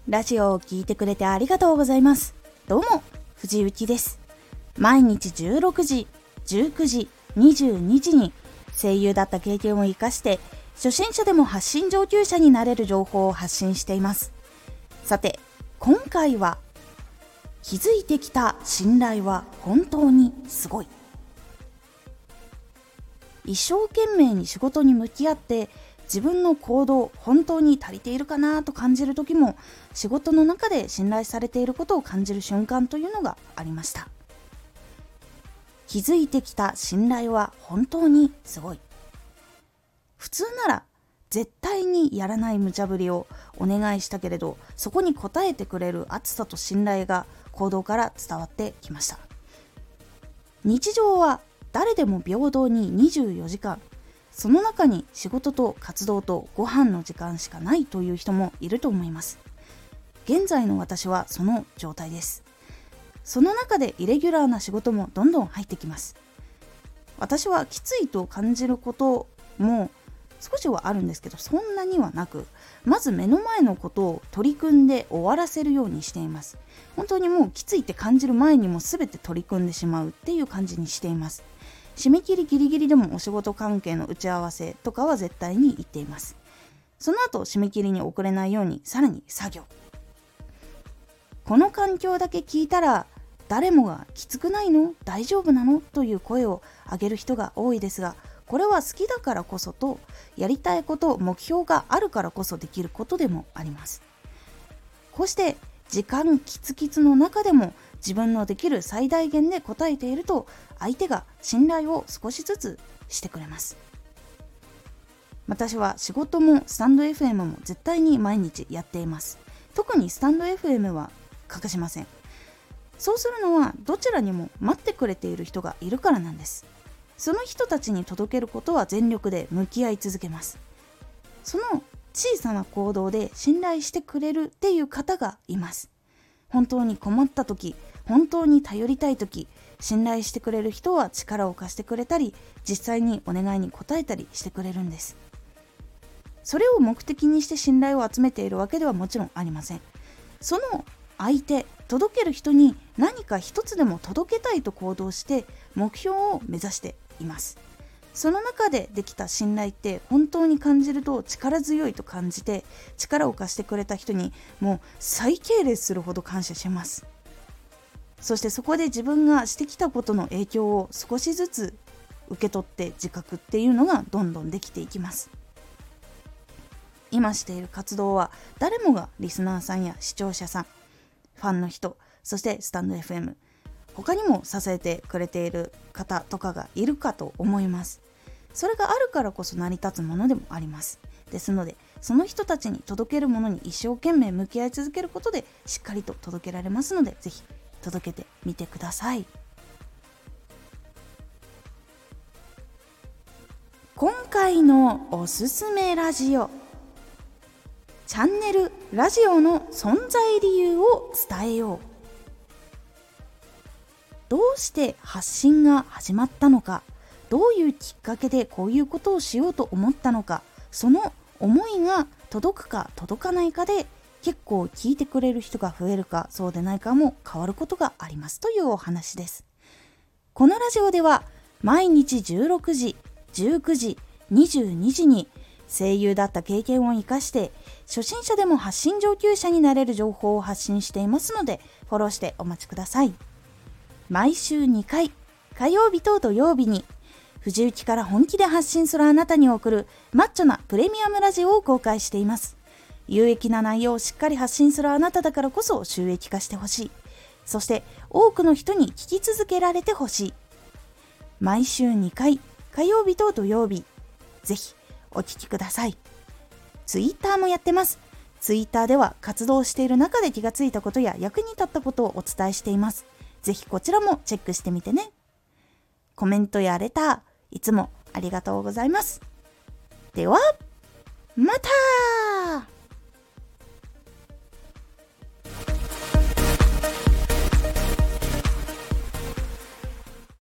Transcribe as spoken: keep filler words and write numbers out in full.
ラジオを聞いてくれてありがとうございます。どうも藤幸です。毎日じゅうろくじ、じゅうくじ、にじゅうにじに声優だった経験を生かして初心者でも発信上級者になれる情報を発信しています。さて今回は気づいてきた信頼は本当にすごい。一生懸命に仕事に向き合って自分の行動本当に足りているかなと感じる時も、仕事の中で信頼されていることを感じる瞬間というのがありました。気づいてきた信頼は本当にすごい。普通なら絶対にやらない無茶ぶりをお願いしたけれど、そこに応えてくれる熱さと信頼が行動から伝わってきました。日常は誰でも平等ににじゅうよじかん、その中に仕事と活動とご飯の時間しかないという人もいると思います。現在の私はその状態です。その中でイレギュラーな仕事もどんどん入ってきます。私はきついと感じることも少しはあるんですけど、そんなにはなく、まず目の前のことを取り組んで終わらせるようにしています。本当にもうきついって感じる前にも全て取り組んでしまうっていう感じにしています。締め切りギリギリでもお仕事関係の打ち合わせとかは絶対に行っています。その後締め切りに遅れないようにさらに作業。この環境だけ聞いたら誰もがきつくないの？大丈夫なの？という声を上げる人が多いですが、これは好きだからこそと、やりたいこと、目標があるからこそできることでもあります。こうして時間キツキツの中でも自分のできる最大限で答えていると、相手が信頼を少しずつしてくれます。私は仕事もスタンド エフエム も絶対に毎日やっています。特にスタンド エフエム は欠かしません。そうするのはどちらにも待ってくれている人がいるからなんです。その人たちに届けることは全力で向き合い続けます。その小さな行動で信頼してくれるっていう方がいます。本当に困った時、本当に頼りたい時、信頼してくれる人は力を貸してくれたり、実際にお願いに応えたりしてくれるんです。それを目的にして信頼を集めているわけではもちろんありません。その相手、届ける人に何か一つでも届けたいと行動して目標を目指しています。その中でできた信頼って本当に感じると力強いと感じて、力を貸してくれた人にもう再敬礼するほど感謝します。そしてそこで自分がしてきたことの影響を少しずつ受け取って自覚っていうのがどんどんできていきます。今している活動は誰もがリスナーさんや視聴者さん、ファンの人、そしてスタンド エフエム、他にも支えてくれている方とかがいるかと思います。それがあるからこそ成り立つものでもあります。ですのでその人たちに届けるものに一生懸命向き合い続けることでしっかりと届けられますので、ぜひ届けてみてください。今回のおすすめラジオ、チャンネルラジオの存在理由を伝えよう。どうして発信が始まったのか、どういうきっかけでこういうことをしようと思ったのか、その思いが届くか届かないかで結構聞いてくれる人が増えるかそうでないかも変わることがありますというお話です。このラジオでは毎日じゅうろくじ、じゅうくじ、にじゅうにじに声優だった経験を生かして初心者でも発信上級者になれる情報を発信していますので、フォローしてお待ちください。毎週にかい、火曜日と土曜日に藤雪から本気で発信するあなたに送るマッチョなプレミアムラジオを公開しています。有益な内容をしっかり発信するあなただからこそ収益化してほしい。そして多くの人に聞き続けられてほしい。毎週にかい、火曜日と土曜日、ぜひお聞きください。ツイッターもやってます。ツイッターでは活動している中で気がついたことや役に立ったことをお伝えしています。ぜひこちらもチェックしてみてね。コメントやレター、いつもありがとうございます。では、また。